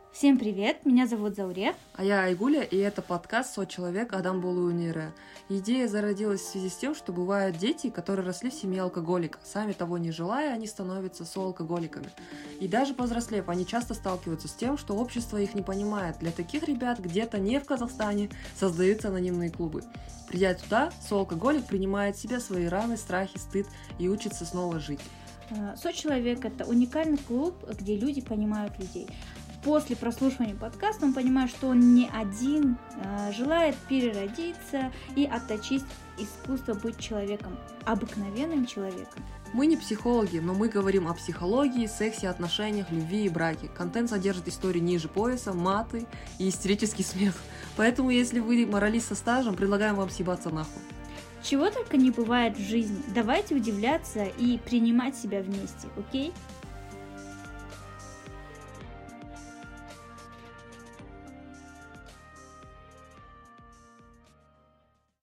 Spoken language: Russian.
Всем привет, меня зовут Зауре. А я Айгуля, и это подкаст «Со-человек Адам Болу Унире». Идея зародилась в связи с тем, что бывают дети, которые росли в семье алкоголика. Сами того не желая, они становятся соалкоголиками. И даже повзрослев, они часто сталкиваются с тем, что общество их не понимает. Для таких ребят где-то не в Казахстане создаются анонимные клубы. Придя туда, соалкоголик принимает в себя свои раны, страхи, стыд и учится снова жить. «Со-человек» — это уникальный клуб, где люди понимают людей. После прослушивания подкаста он понимает, что он не один, желает переродиться и отточить искусство быть человеком, обыкновенным человеком. Мы не психологи, но мы говорим о психологии, сексе, отношениях, любви и браке. Контент содержит истории ниже пояса, маты и истерический смех. Поэтому, если вы моралист со стажем, предлагаем вам съебаться нахуй. Чего только не бывает в жизни. Давайте удивляться и принимать себя вместе, окей?